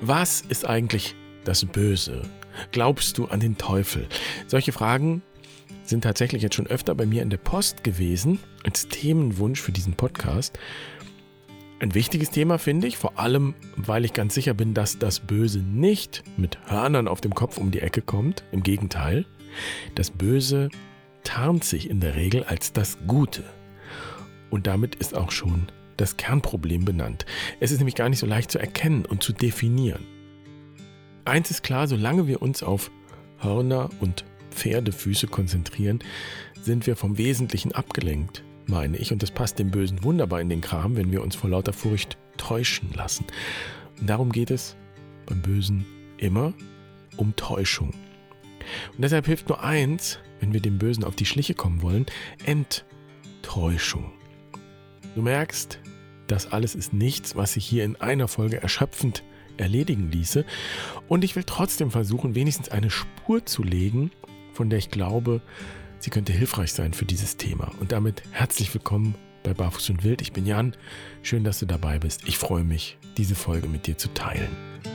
Was ist eigentlich das Böse? Glaubst du an den Teufel? Solche Fragen sind tatsächlich jetzt schon öfter bei mir in der Post gewesen, als Themenwunsch für diesen Podcast. Ein wichtiges Thema finde ich, vor allem, weil ich ganz sicher bin, dass das Böse nicht mit Hörnern auf dem Kopf um die Ecke kommt. Im Gegenteil, das Böse tarnt sich in der Regel als das Gute. Und damit ist auch schon das Kernproblem benannt. Es ist nämlich gar nicht so leicht zu erkennen und zu definieren. Eins ist klar, solange wir uns auf Hörner und Pferdefüße konzentrieren, sind wir vom Wesentlichen abgelenkt, meine ich. Und das passt dem Bösen wunderbar in den Kram, wenn wir uns vor lauter Furcht täuschen lassen. Und darum geht es beim Bösen immer um Täuschung. Und deshalb hilft nur eins, wenn wir dem Bösen auf die Schliche kommen wollen: Enttäuschung. Du merkst, das alles ist nichts, was sich hier in einer Folge erschöpfend erledigen ließe. Und ich will trotzdem versuchen, wenigstens eine Spur zu legen, von der ich glaube, sie könnte hilfreich sein für dieses Thema. Und damit herzlich willkommen bei Barfuß und Wild. Ich bin Jan. Schön, dass du dabei bist. Ich freue mich, diese Folge mit dir zu teilen.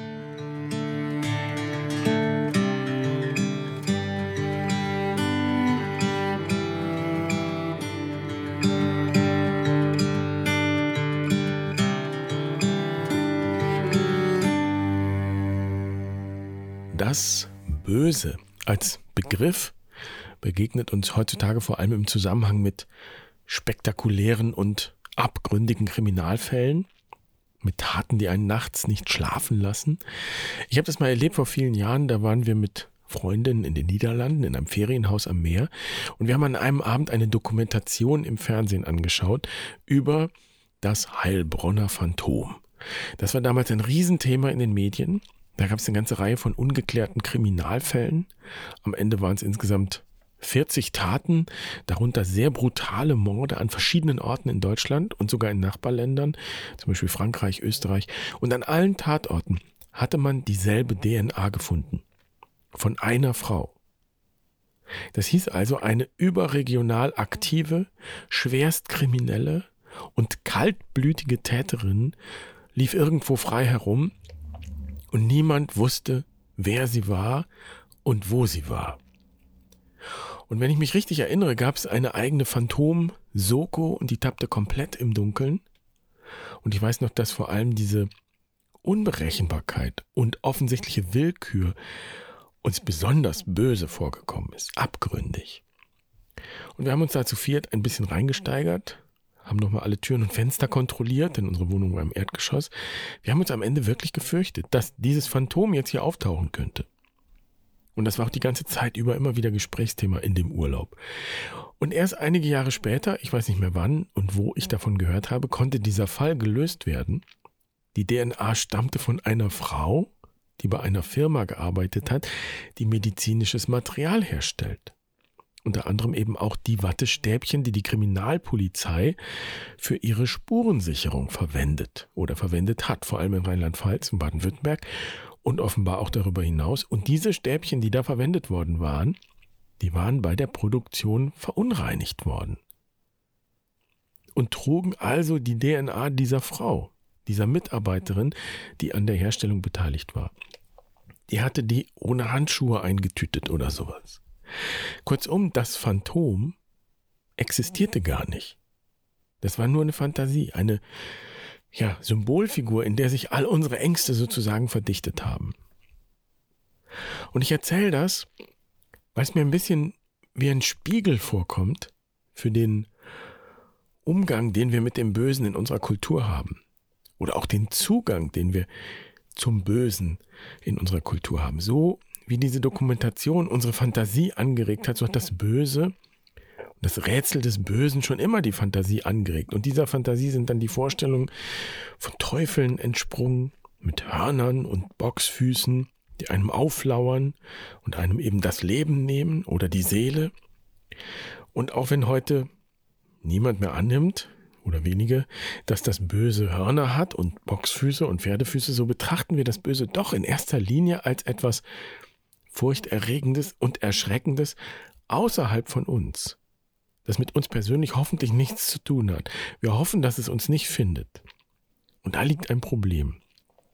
Das Böse als Begriff begegnet uns heutzutage vor allem im Zusammenhang mit spektakulären und abgründigen Kriminalfällen, mit Taten, die einen nachts nicht schlafen lassen. Ich habe das mal erlebt vor vielen Jahren, da waren wir mit Freundinnen in den Niederlanden, in einem Ferienhaus am Meer, und wir haben an einem Abend eine Dokumentation im Fernsehen angeschaut über das Heilbronner Phantom. Das war damals ein Riesenthema in den Medien. Da gab es eine ganze Reihe von ungeklärten Kriminalfällen. Am Ende waren es insgesamt 40 Taten, darunter sehr brutale Morde an verschiedenen Orten in Deutschland und sogar in Nachbarländern, zum Beispiel Frankreich, Österreich. Und an allen Tatorten hatte man dieselbe DNA gefunden. Von einer Frau. Das hieß also, eine überregional aktive, schwerstkriminelle und kaltblütige Täterin lief irgendwo frei herum. Und niemand wusste, wer sie war und wo sie war. Und wenn ich mich richtig erinnere, gab es eine eigene Phantom-Soko und die tappte komplett im Dunkeln. Und ich weiß noch, dass vor allem diese Unberechenbarkeit und offensichtliche Willkür uns besonders böse vorgekommen ist, abgründig. Und wir haben uns da zu viert ein bisschen reingesteigert, haben nochmal alle Türen und Fenster kontrolliert, denn unsere Wohnung war im Erdgeschoss. Wir haben uns am Ende wirklich gefürchtet, dass dieses Phantom jetzt hier auftauchen könnte. Und das war auch die ganze Zeit über immer wieder Gesprächsthema in dem Urlaub. Und erst einige Jahre später, ich weiß nicht mehr wann und wo ich davon gehört habe, konnte dieser Fall gelöst werden. Die DNA stammte von einer Frau, die bei einer Firma gearbeitet hat, die medizinisches Material herstellt. Unter anderem eben auch die Wattestäbchen, die die Kriminalpolizei für ihre Spurensicherung verwendet oder verwendet hat, vor allem in Rheinland-Pfalz und Baden-Württemberg und offenbar auch darüber hinaus. Und diese Stäbchen, die da verwendet worden waren, die waren bei der Produktion verunreinigt worden und trugen also die DNA dieser Frau, dieser Mitarbeiterin, die an der Herstellung beteiligt war. Die hatte die ohne Handschuhe eingetütet oder sowas. Kurzum, das Phantom existierte gar nicht. Das war nur eine Fantasie, eine Symbolfigur, in der sich all unsere Ängste sozusagen verdichtet haben. Und ich erzähle das, weil es mir ein bisschen wie ein Spiegel vorkommt für den Umgang, den wir mit dem Bösen in unserer Kultur haben. Oder auch den Zugang, den wir zum Bösen in unserer Kultur haben. So wie diese Dokumentation unsere Fantasie angeregt hat, so hat das Böse, das Rätsel des Bösen schon immer die Fantasie angeregt. Und dieser Fantasie sind dann die Vorstellungen von Teufeln entsprungen, mit Hörnern und Bocksfüßen, die einem auflauern und einem eben das Leben nehmen oder die Seele. Und auch wenn heute niemand mehr annimmt, oder wenige, dass das Böse Hörner hat und Bocksfüße und Pferdefüße, so betrachten wir das Böse doch in erster Linie als etwas Furchterregendes und Erschreckendes außerhalb von uns, das mit uns persönlich hoffentlich nichts zu tun hat. Wir hoffen, dass es uns nicht findet. Und da liegt ein Problem.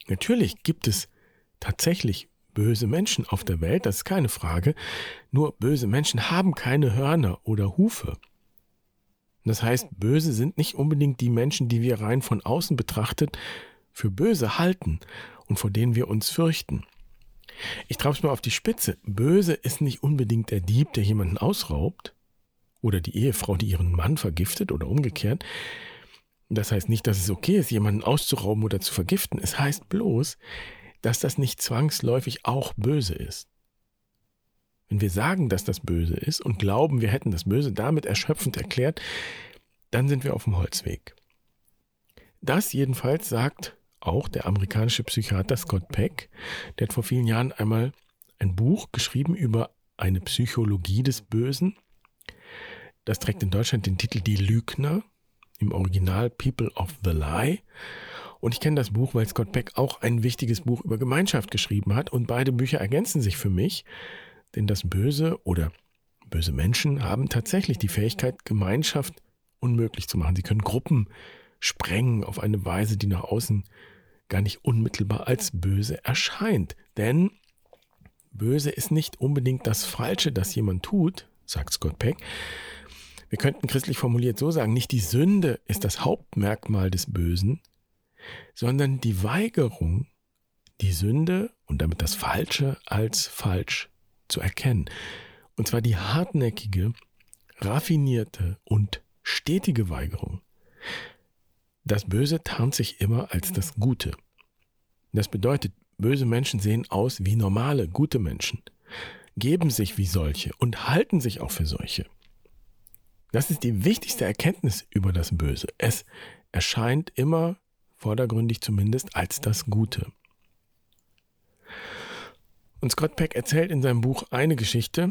Natürlich gibt es tatsächlich böse Menschen auf der Welt, das ist keine Frage. Nur böse Menschen haben keine Hörner oder Hufe. Das heißt, böse sind nicht unbedingt die Menschen, die wir rein von außen betrachtet für böse halten und vor denen wir uns fürchten. Ich treibe es mal auf die Spitze. Böse ist nicht unbedingt der Dieb, der jemanden ausraubt oder die Ehefrau, die ihren Mann vergiftet oder umgekehrt. Das heißt nicht, dass es okay ist, jemanden auszurauben oder zu vergiften. Es heißt bloß, dass das nicht zwangsläufig auch böse ist. Wenn wir sagen, dass das böse ist und glauben, wir hätten das Böse damit erschöpfend erklärt, dann sind wir auf dem Holzweg. Das jedenfalls sagt auch der amerikanische Psychiater Scott Peck. Der hat vor vielen Jahren einmal ein Buch geschrieben über eine Psychologie des Bösen. Das trägt in Deutschland den Titel Die Lügner, im Original People of the Lie. Und ich kenne das Buch, weil Scott Peck auch ein wichtiges Buch über Gemeinschaft geschrieben hat. Und beide Bücher ergänzen sich für mich, denn das Böse oder böse Menschen haben tatsächlich die Fähigkeit, Gemeinschaft unmöglich zu machen. Sie können Gruppen sprengen auf eine Weise, die nach außen gar nicht unmittelbar als böse erscheint. Denn böse ist nicht unbedingt das Falsche, das jemand tut, sagt Scott Peck. Wir könnten christlich formuliert so sagen, nicht die Sünde ist das Hauptmerkmal des Bösen, sondern die Weigerung, die Sünde und damit das Falsche als falsch zu erkennen. Und zwar die hartnäckige, raffinierte und stetige Weigerung. Das Böse tarnt sich immer als das Gute. Das bedeutet, böse Menschen sehen aus wie normale, gute Menschen, geben sich wie solche und halten sich auch für solche. Das ist die wichtigste Erkenntnis über das Böse. Es erscheint immer, vordergründig zumindest, als das Gute. Und Scott Peck erzählt in seinem Buch eine Geschichte,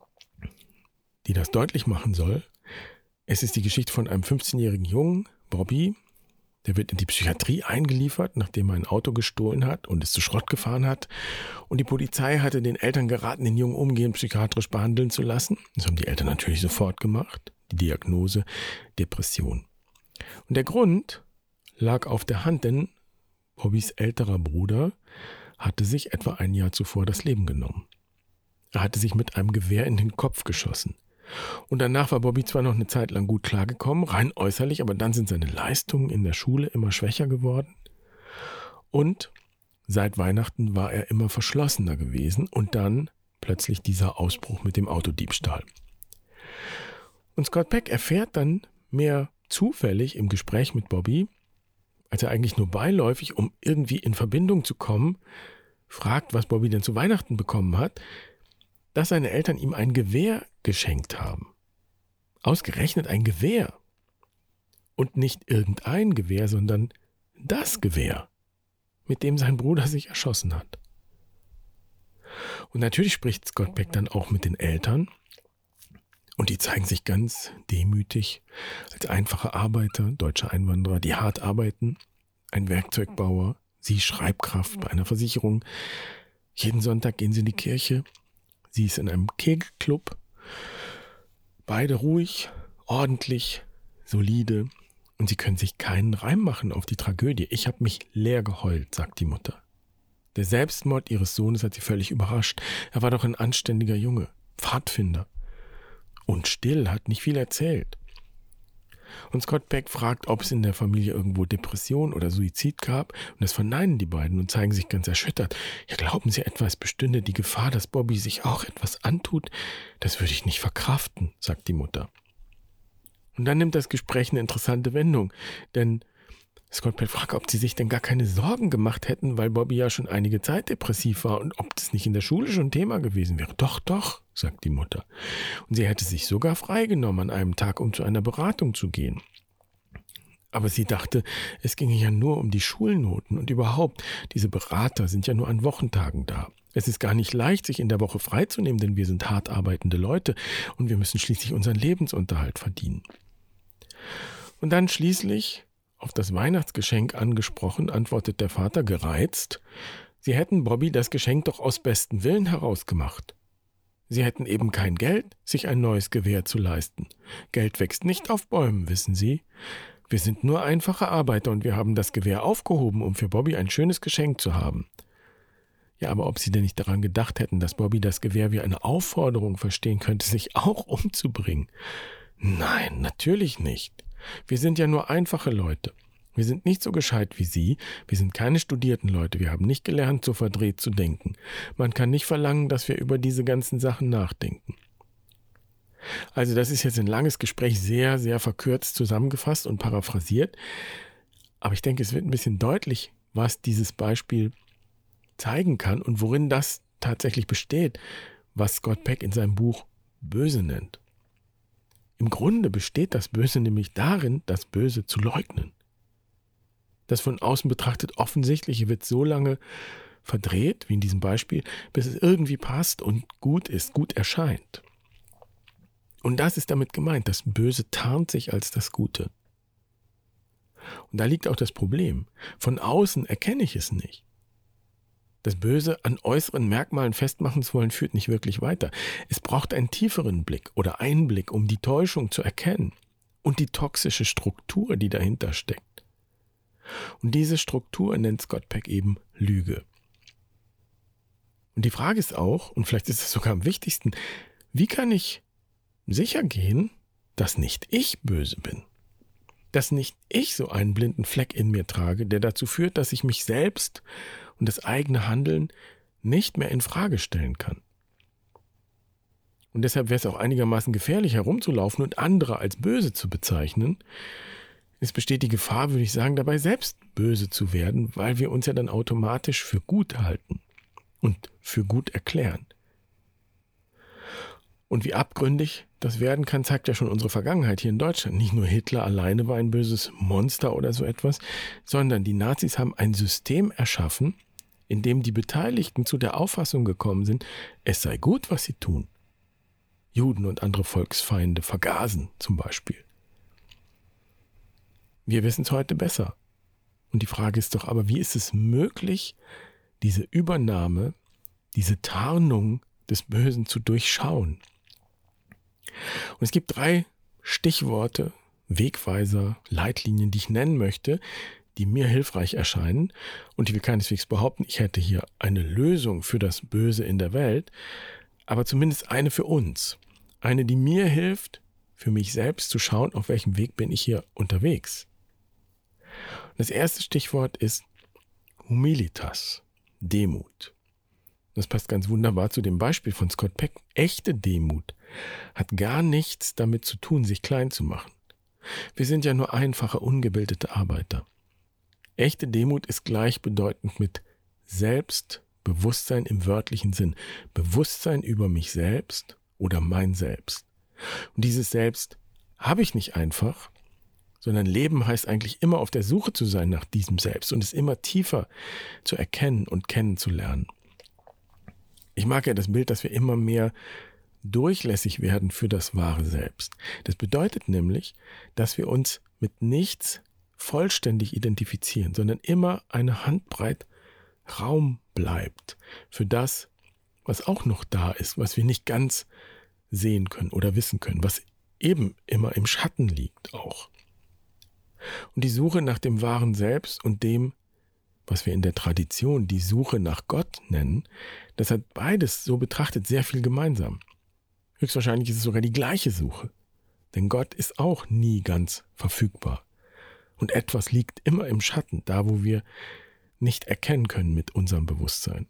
die das deutlich machen soll. Es ist die Geschichte von einem 15-jährigen Jungen, Bobby. Der wird in die Psychiatrie eingeliefert, nachdem er ein Auto gestohlen hat und es zu Schrott gefahren hat. Und die Polizei hatte den Eltern geraten, den Jungen umgehend psychiatrisch behandeln zu lassen. Das haben die Eltern natürlich sofort gemacht. Die Diagnose Depression. Und der Grund lag auf der Hand, denn Bobbys älterer Bruder hatte sich etwa ein Jahr zuvor das Leben genommen. Er hatte sich mit einem Gewehr in den Kopf geschossen. Und danach war Bobby zwar noch eine Zeit lang gut klargekommen, rein äußerlich, aber dann sind seine Leistungen in der Schule immer schwächer geworden. Und seit Weihnachten war er immer verschlossener gewesen und dann plötzlich dieser Ausbruch mit dem Autodiebstahl. Und Scott Peck erfährt dann mehr zufällig im Gespräch mit Bobby, als er eigentlich nur beiläufig, um irgendwie in Verbindung zu kommen, fragt, was Bobby denn zu Weihnachten bekommen hat, dass seine Eltern ihm ein Gewehr geschenkt haben. Ausgerechnet ein Gewehr. Und nicht irgendein Gewehr, sondern das Gewehr, mit dem sein Bruder sich erschossen hat. Und natürlich spricht Scott Peck dann auch mit den Eltern. Und die zeigen sich ganz demütig als einfache Arbeiter, deutsche Einwanderer, die hart arbeiten. Ein Werkzeugbauer, sie Schreibkraft bei einer Versicherung. Jeden Sonntag gehen sie in die Kirche. Sie ist in einem Kegelclub. Beide ruhig, ordentlich, solide. Und sie können sich keinen Reim machen auf die Tragödie. Ich habe mich leer geheult, sagt die Mutter. Der Selbstmord ihres Sohnes hat sie völlig überrascht. Er war doch ein anständiger Junge, Pfadfinder. Und still, hat nicht viel erzählt. Und Scott Peck fragt, ob es in der Familie irgendwo Depression oder Suizid gab. Und das verneinen die beiden und zeigen sich ganz erschüttert. Ja, glauben Sie etwa, es bestünde die Gefahr, dass Bobby sich auch etwas antut? Das würde ich nicht verkraften, sagt die Mutter. Und dann nimmt das Gespräch eine interessante Wendung. Denn Scott Peck fragt, ob sie sich denn gar keine Sorgen gemacht hätten, weil Bobby ja schon einige Zeit depressiv war und ob das nicht in der Schule schon Thema gewesen wäre. Doch, sagt die Mutter. Und sie hätte sich sogar freigenommen an einem Tag, um zu einer Beratung zu gehen. Aber sie dachte, es ginge ja nur um die Schulnoten und überhaupt, diese Berater sind ja nur an Wochentagen da. Es ist gar nicht leicht, sich in der Woche freizunehmen, denn wir sind hart arbeitende Leute und wir müssen schließlich unseren Lebensunterhalt verdienen. Und dann schließlich, auf das Weihnachtsgeschenk angesprochen, antwortet der Vater gereizt, sie hätten Bobby das Geschenk doch aus bestem Willen herausgemacht. Sie hätten eben kein Geld, sich ein neues Gewehr zu leisten. Geld wächst nicht auf Bäumen, wissen Sie. Wir sind nur einfache Arbeiter und wir haben das Gewehr aufgehoben, um für Bobby ein schönes Geschenk zu haben. Ja, aber ob sie denn nicht daran gedacht hätten, dass Bobby das Gewehr wie eine Aufforderung verstehen könnte, sich auch umzubringen? Nein, natürlich nicht. Wir sind ja nur einfache Leute. Wir sind nicht so gescheit wie Sie. Wir sind keine studierten Leute. Wir haben nicht gelernt, so verdreht zu denken. Man kann nicht verlangen, dass wir über diese ganzen Sachen nachdenken. Also das ist jetzt ein langes Gespräch, sehr, sehr verkürzt zusammengefasst und paraphrasiert. Aber ich denke, es wird ein bisschen deutlich, was dieses Beispiel zeigen kann und worin das tatsächlich besteht, was Scott Peck in seinem Buch Böse nennt. Im Grunde besteht das Böse nämlich darin, das Böse zu leugnen. Das von außen betrachtet Offensichtliche wird so lange verdreht, wie in diesem Beispiel, bis es irgendwie passt und gut ist, gut erscheint. Und das ist damit gemeint, das Böse tarnt sich als das Gute. Und da liegt auch das Problem. Von außen erkenne ich es nicht. Das Böse an äußeren Merkmalen festmachen zu wollen, führt nicht wirklich weiter. Es braucht einen tieferen Blick oder Einblick, um die Täuschung zu erkennen und die toxische Struktur, die dahinter steckt. Und diese Struktur nennt Scott Peck eben Lüge. Und die Frage ist auch, und vielleicht ist es sogar am wichtigsten, wie kann ich sicher gehen, dass nicht ich böse bin? Dass nicht ich so einen blinden Fleck in mir trage, der dazu führt, dass ich mich selbst und das eigene Handeln nicht mehr in Frage stellen kann. Und deshalb wäre es auch einigermaßen gefährlich, herumzulaufen und andere als böse zu bezeichnen. Es besteht die Gefahr, würde ich sagen, dabei selbst böse zu werden, weil wir uns ja dann automatisch für gut halten und für gut erklären. Und wie abgründig das werden kann, zeigt ja schon unsere Vergangenheit hier in Deutschland. Nicht nur Hitler alleine war ein böses Monster oder so etwas, sondern die Nazis haben ein System erschaffen, in dem die Beteiligten zu der Auffassung gekommen sind, es sei gut, was sie tun. Juden und andere Volksfeinde vergasen zum Beispiel. Wir wissen es heute besser. Und die Frage ist doch aber, wie ist es möglich, diese Übernahme, diese Tarnung des Bösen zu durchschauen? Und es gibt 3 Stichworte, Wegweiser, Leitlinien, die ich nennen möchte, die mir hilfreich erscheinen. Und ich will keineswegs behaupten, ich hätte hier eine Lösung für das Böse in der Welt, aber zumindest eine für uns. Eine, die mir hilft, für mich selbst zu schauen, auf welchem Weg bin ich hier unterwegs. Das erste Stichwort ist Humilitas, Demut. Das passt ganz wunderbar zu dem Beispiel von Scott Peck. Echte Demut hat gar nichts damit zu tun, sich klein zu machen. Wir sind ja nur einfache, ungebildete Arbeiter. Echte Demut ist gleichbedeutend mit Selbstbewusstsein im wörtlichen Sinn. Bewusstsein über mich selbst oder mein Selbst. Und dieses Selbst habe ich nicht einfach, sondern Leben heißt eigentlich immer auf der Suche zu sein nach diesem Selbst und es immer tiefer zu erkennen und kennenzulernen. Ich mag ja das Bild, dass wir immer mehr durchlässig werden für das wahre Selbst. Das bedeutet nämlich, dass wir uns mit nichts vollständig identifizieren, sondern immer eine Handbreit Raum bleibt für das, was auch noch da ist, was wir nicht ganz sehen können oder wissen können, was eben immer im Schatten liegt auch. Und die Suche nach dem wahren Selbst und dem, was wir in der Tradition die Suche nach Gott nennen, das hat beides so betrachtet sehr viel gemeinsam. Höchstwahrscheinlich ist es sogar die gleiche Suche, denn Gott ist auch nie ganz verfügbar. Und etwas liegt immer im Schatten, da wo wir nicht erkennen können mit unserem Bewusstsein.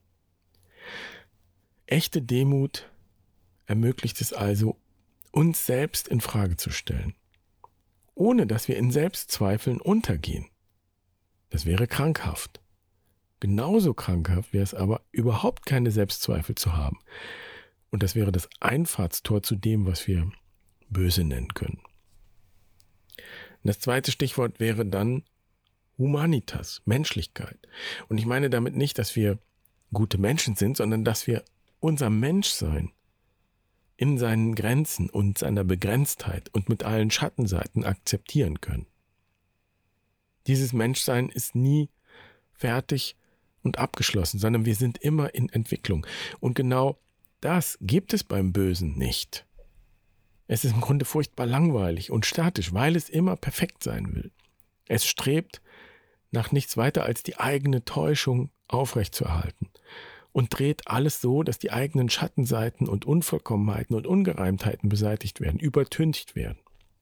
Echte Demut ermöglicht es also, uns selbst in Frage zu stellen, ohne dass wir in Selbstzweifeln untergehen. Das wäre krankhaft. Genauso krankhaft wäre es aber, überhaupt keine Selbstzweifel zu haben. Und das wäre das Einfahrtstor zu dem, was wir böse nennen können. Und das zweite Stichwort wäre dann Humanitas, Menschlichkeit. Und ich meine damit nicht, dass wir gute Menschen sind, sondern dass wir unser Menschsein in seinen Grenzen und seiner Begrenztheit und mit allen Schattenseiten akzeptieren können. Dieses Menschsein ist nie fertig und abgeschlossen, sondern wir sind immer in Entwicklung. Und genau das gibt es beim Bösen nicht. Es ist im Grunde furchtbar langweilig und statisch, weil es immer perfekt sein will. Es strebt nach nichts weiter als die eigene Täuschung aufrechtzuerhalten und dreht alles so, dass die eigenen Schattenseiten und Unvollkommenheiten und Ungereimtheiten beseitigt werden, übertüncht werden.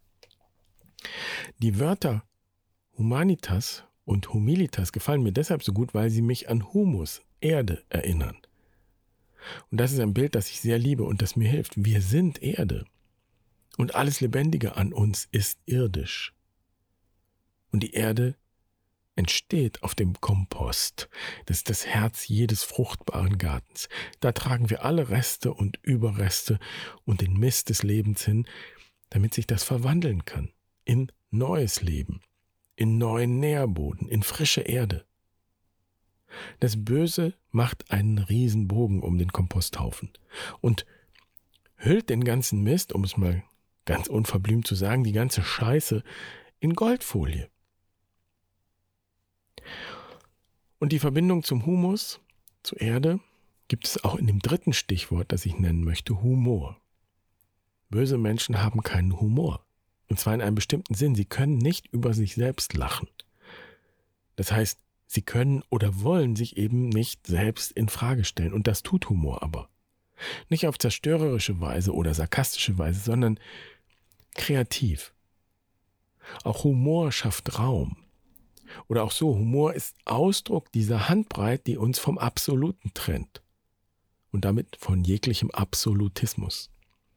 Die Wörter Humanitas und Humilitas gefallen mir deshalb so gut, weil sie mich an Humus, Erde, erinnern. Und das ist ein Bild, das ich sehr liebe und das mir hilft. Wir sind Erde. Und alles Lebendige an uns ist irdisch. Und die Erde entsteht auf dem Kompost. Das ist das Herz jedes fruchtbaren Gartens. Da tragen wir alle Reste und Überreste und den Mist des Lebens hin, damit sich das verwandeln kann in neues Leben, in neuen Nährboden, in frische Erde. Das Böse macht einen Riesenbogen um den Komposthaufen und hüllt den ganzen Mist, um es mal ganz unverblümt zu sagen, die ganze Scheiße in Goldfolie. Und die Verbindung zum Humus, zur Erde, gibt es auch in dem dritten Stichwort, das ich nennen möchte, Humor. Böse Menschen haben keinen Humor. Und zwar in einem bestimmten Sinn. Sie können nicht über sich selbst lachen. Das heißt, sie können oder wollen sich eben nicht selbst in Frage stellen. Und das tut Humor aber. Nicht auf zerstörerische Weise oder sarkastische Weise, sondern kreativ. Auch Humor schafft Raum. Oder auch so, Humor ist Ausdruck dieser Handbreit, die uns vom Absoluten trennt. Und damit von jeglichem Absolutismus.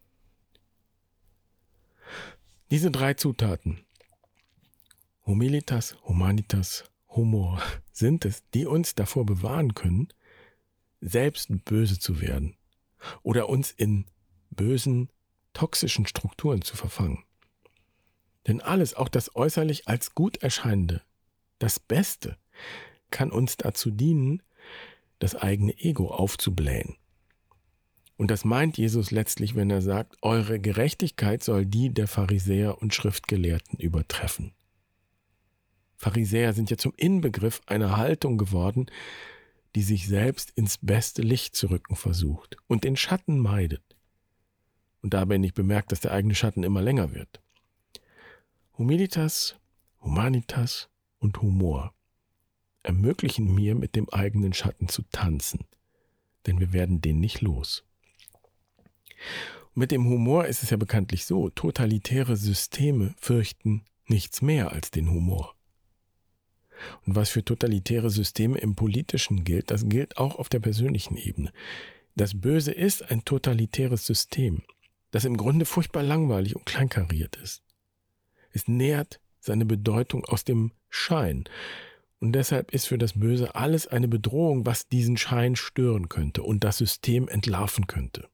Diese drei Zutaten, Humilitas, Humanitas, Humor, sind es, die uns davor bewahren können, selbst böse zu werden oder uns in bösen, toxischen Strukturen zu verfangen. Denn alles, auch das äußerlich als gut erscheinende, das Beste, kann uns dazu dienen, das eigene Ego aufzublähen. Und das meint Jesus letztlich, wenn er sagt, eure Gerechtigkeit soll die der Pharisäer und Schriftgelehrten übertreffen. Pharisäer sind ja zum Inbegriff einer Haltung geworden, die sich selbst ins beste Licht zu rücken versucht und den Schatten meidet. Und dabei nicht bemerkt, dass der eigene Schatten immer länger wird. Humilitas, Humanitas und Humor ermöglichen mir, mit dem eigenen Schatten zu tanzen, denn wir werden den nicht los. Und mit dem Humor ist es ja bekanntlich so, totalitäre Systeme fürchten nichts mehr als den Humor. Und was für totalitäre Systeme im Politischen gilt, das gilt auch auf der persönlichen Ebene. Das Böse ist ein totalitäres System, das im Grunde furchtbar langweilig und kleinkariert ist. Es nährt seine Bedeutung aus dem Schein. Und deshalb ist für das Böse alles eine Bedrohung, was diesen Schein stören könnte und das System entlarven könnte.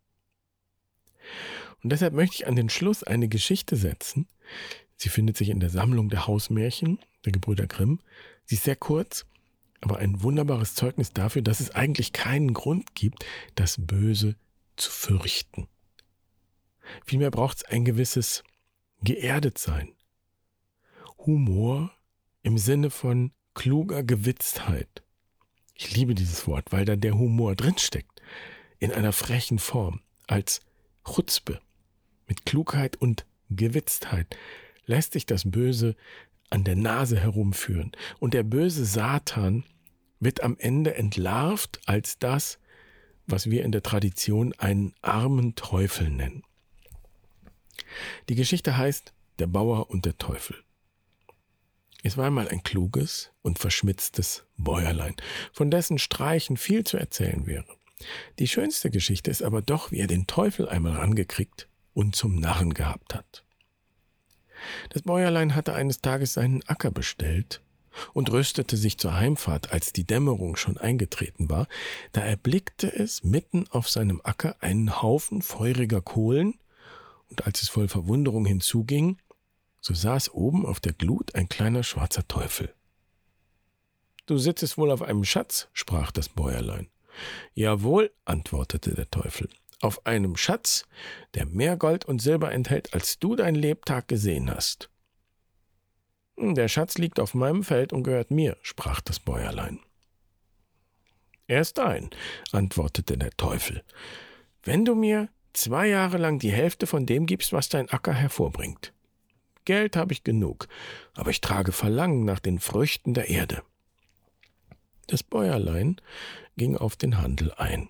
Und deshalb möchte ich an den Schluss eine Geschichte setzen. Sie findet sich in der Sammlung der Hausmärchen der Gebrüder Grimm. Sie ist sehr kurz, aber ein wunderbares Zeugnis dafür, dass es eigentlich keinen Grund gibt, das Böse zu fürchten. Vielmehr braucht es ein gewisses Geerdetsein. Humor im Sinne von kluger Gewitztheit. Ich liebe dieses Wort, weil da der Humor drinsteckt. In einer frechen Form, als Chutzpe. Mit Klugheit und Gewitztheit lässt sich das Böse an der Nase herumführen. Und der böse Satan wird am Ende entlarvt als das, was wir in der Tradition einen armen Teufel nennen. Die Geschichte heißt Der Bauer und der Teufel. Es war einmal ein kluges und verschmitztes Bäuerlein, von dessen Streichen viel zu erzählen wäre. Die schönste Geschichte ist aber doch, wie er den Teufel einmal rangekriegt und zum Narren gehabt hat. Das Bäuerlein hatte eines Tages seinen Acker bestellt und rüstete sich zur Heimfahrt, als die Dämmerung schon eingetreten war. Da erblickte es mitten auf seinem Acker einen Haufen feuriger Kohlen, und als es voll Verwunderung hinzuging, so saß oben auf der Glut ein kleiner schwarzer Teufel. »Du sitzest wohl auf einem Schatz«, sprach das Bäuerlein. »Jawohl«, antwortete der Teufel, »auf einem Schatz, der mehr Gold und Silber enthält, als du dein Lebtag gesehen hast.« »Der Schatz liegt auf meinem Feld und gehört mir«, sprach das Bäuerlein. »Er ist dein«, antwortete der Teufel, »wenn du mir 2 Jahre lang die Hälfte von dem gibst, was dein Acker hervorbringt. Geld habe ich genug, aber ich trage Verlangen nach den Früchten der Erde. Das Bäuerlein ging auf den Handel ein.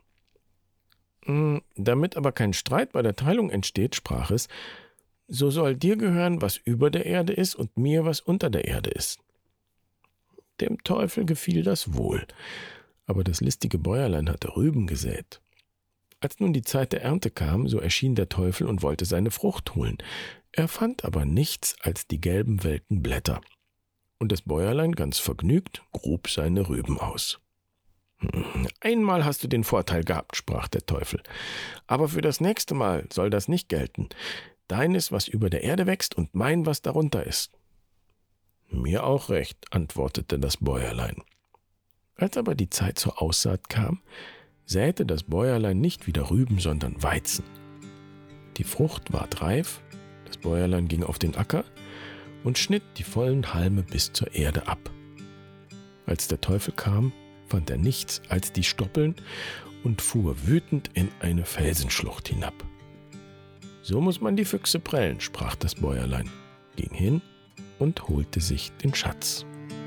Damit aber kein Streit bei der Teilung entsteht, sprach es, so soll dir gehören, was über der Erde ist und mir, was unter der Erde ist. Dem Teufel gefiel das wohl, aber das listige Bäuerlein hatte Rüben gesät. Als nun die Zeit der Ernte kam, so erschien der Teufel und wollte seine Frucht holen. Er fand aber nichts als die gelben welken Blätter. Und das Bäuerlein, ganz vergnügt, grub seine Rüben aus. Einmal hast du den Vorteil gehabt, sprach der Teufel, aber für das nächste Mal soll das nicht gelten. Dein ist, was über der Erde wächst, und mein, was darunter ist. Mir auch recht, antwortete das Bäuerlein. Als aber die Zeit zur Aussaat kam, säte das Bäuerlein nicht wieder Rüben, sondern Weizen. Die Frucht ward reif, das Bäuerlein ging auf den Acker und schnitt die vollen Halme bis zur Erde ab. Als der Teufel kam, fand er nichts als die Stoppeln und fuhr wütend in eine Felsenschlucht hinab. So muss man die Füchse prellen, sprach das Bäuerlein, ging hin und holte sich den Schatz.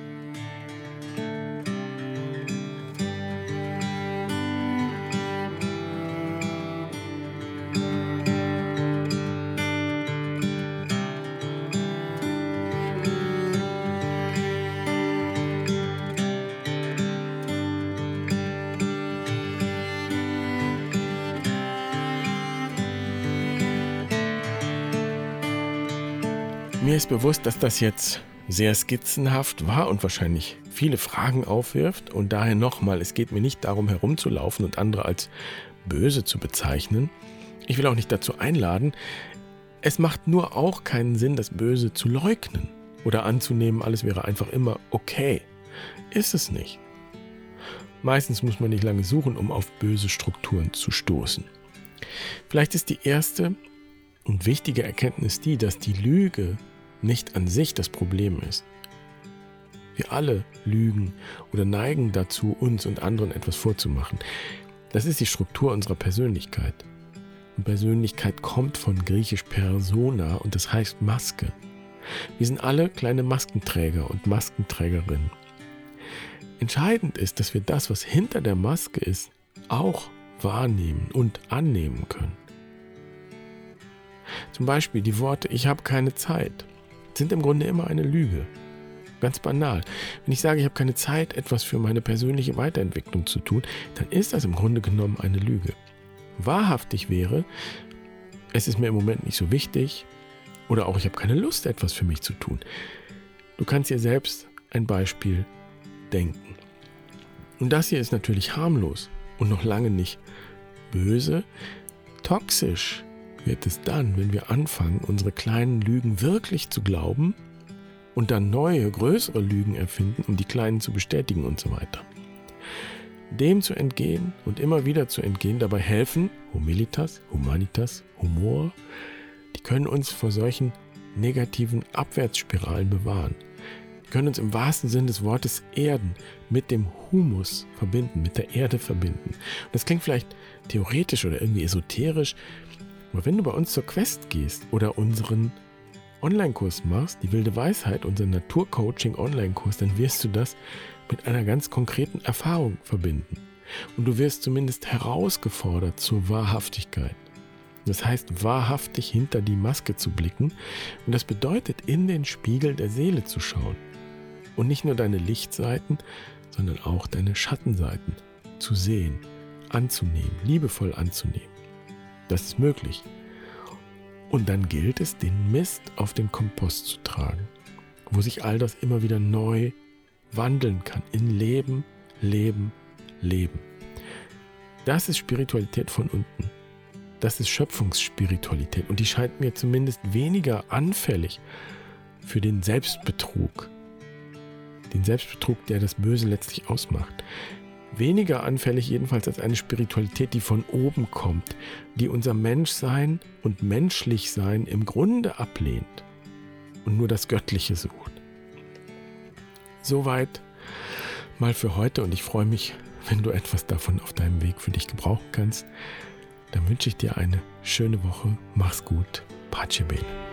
Mir ist bewusst, dass das jetzt sehr skizzenhaft war und wahrscheinlich viele Fragen aufwirft. Und daher nochmal, es geht mir nicht darum, herumzulaufen und andere als böse zu bezeichnen. Ich will auch nicht dazu einladen. Es macht nur auch keinen Sinn, das Böse zu leugnen oder anzunehmen, alles wäre einfach immer okay. Ist es nicht. Meistens muss man nicht lange suchen, um auf böse Strukturen zu stoßen. Vielleicht ist die erste und wichtige Erkenntnis die, dass die Lüge nicht an sich das Problem ist. Wir alle lügen oder neigen dazu, uns und anderen etwas vorzumachen. Das ist die Struktur unserer Persönlichkeit. Und Persönlichkeit kommt von griechisch Persona und das heißt Maske. Wir sind alle kleine Maskenträger und Maskenträgerinnen. Entscheidend ist, dass wir das, was hinter der Maske ist, auch wahrnehmen und annehmen können. Zum Beispiel die Worte „Ich habe keine Zeit“ sind im Grunde immer eine Lüge. Ganz banal. Wenn ich sage, ich habe keine Zeit, etwas für meine persönliche Weiterentwicklung zu tun, dann ist das im Grunde genommen eine Lüge. Wahrhaftig wäre, es ist mir im Moment nicht so wichtig oder auch ich habe keine Lust, etwas für mich zu tun. Du kannst dir selbst ein Beispiel denken. Und das hier ist natürlich harmlos und noch lange nicht böse. Toxisch wird es dann, wenn wir anfangen, unsere kleinen Lügen wirklich zu glauben und dann neue, größere Lügen erfinden, um die kleinen zu bestätigen und so weiter. Dem zu entgehen und immer wieder zu entgehen, dabei helfen Humilitas, Humanitas, Humor, die können uns vor solchen negativen Abwärtsspiralen bewahren. Die können uns im wahrsten Sinn des Wortes erden, mit dem Humus verbinden, mit der Erde verbinden. Und das klingt vielleicht theoretisch oder irgendwie esoterisch, aber wenn du bei uns zur Quest gehst oder unseren Online-Kurs machst, die wilde Weisheit, unseren Naturcoaching-Online-Kurs, dann wirst du das mit einer ganz konkreten Erfahrung verbinden. Und du wirst zumindest herausgefordert zur Wahrhaftigkeit. Das heißt, wahrhaftig hinter die Maske zu blicken. Und das bedeutet, in den Spiegel der Seele zu schauen. Und nicht nur deine Lichtseiten, sondern auch deine Schattenseiten zu sehen, anzunehmen, liebevoll anzunehmen. Das ist möglich. Und dann gilt es, den Mist auf den Kompost zu tragen, wo sich all das immer wieder neu wandeln kann in Leben, Leben, Leben. Das ist Spiritualität von unten. Das ist Schöpfungsspiritualität und die scheint mir zumindest weniger anfällig für den Selbstbetrug. Den Selbstbetrug, der das Böse letztlich ausmacht. Weniger anfällig jedenfalls als eine Spiritualität, die von oben kommt, die unser Menschsein und Menschlichsein im Grunde ablehnt und nur das Göttliche sucht. Soweit mal für heute und ich freue mich, wenn du etwas davon auf deinem Weg für dich gebrauchen kannst. Dann wünsche ich dir eine schöne Woche. Mach's gut. Pace bene.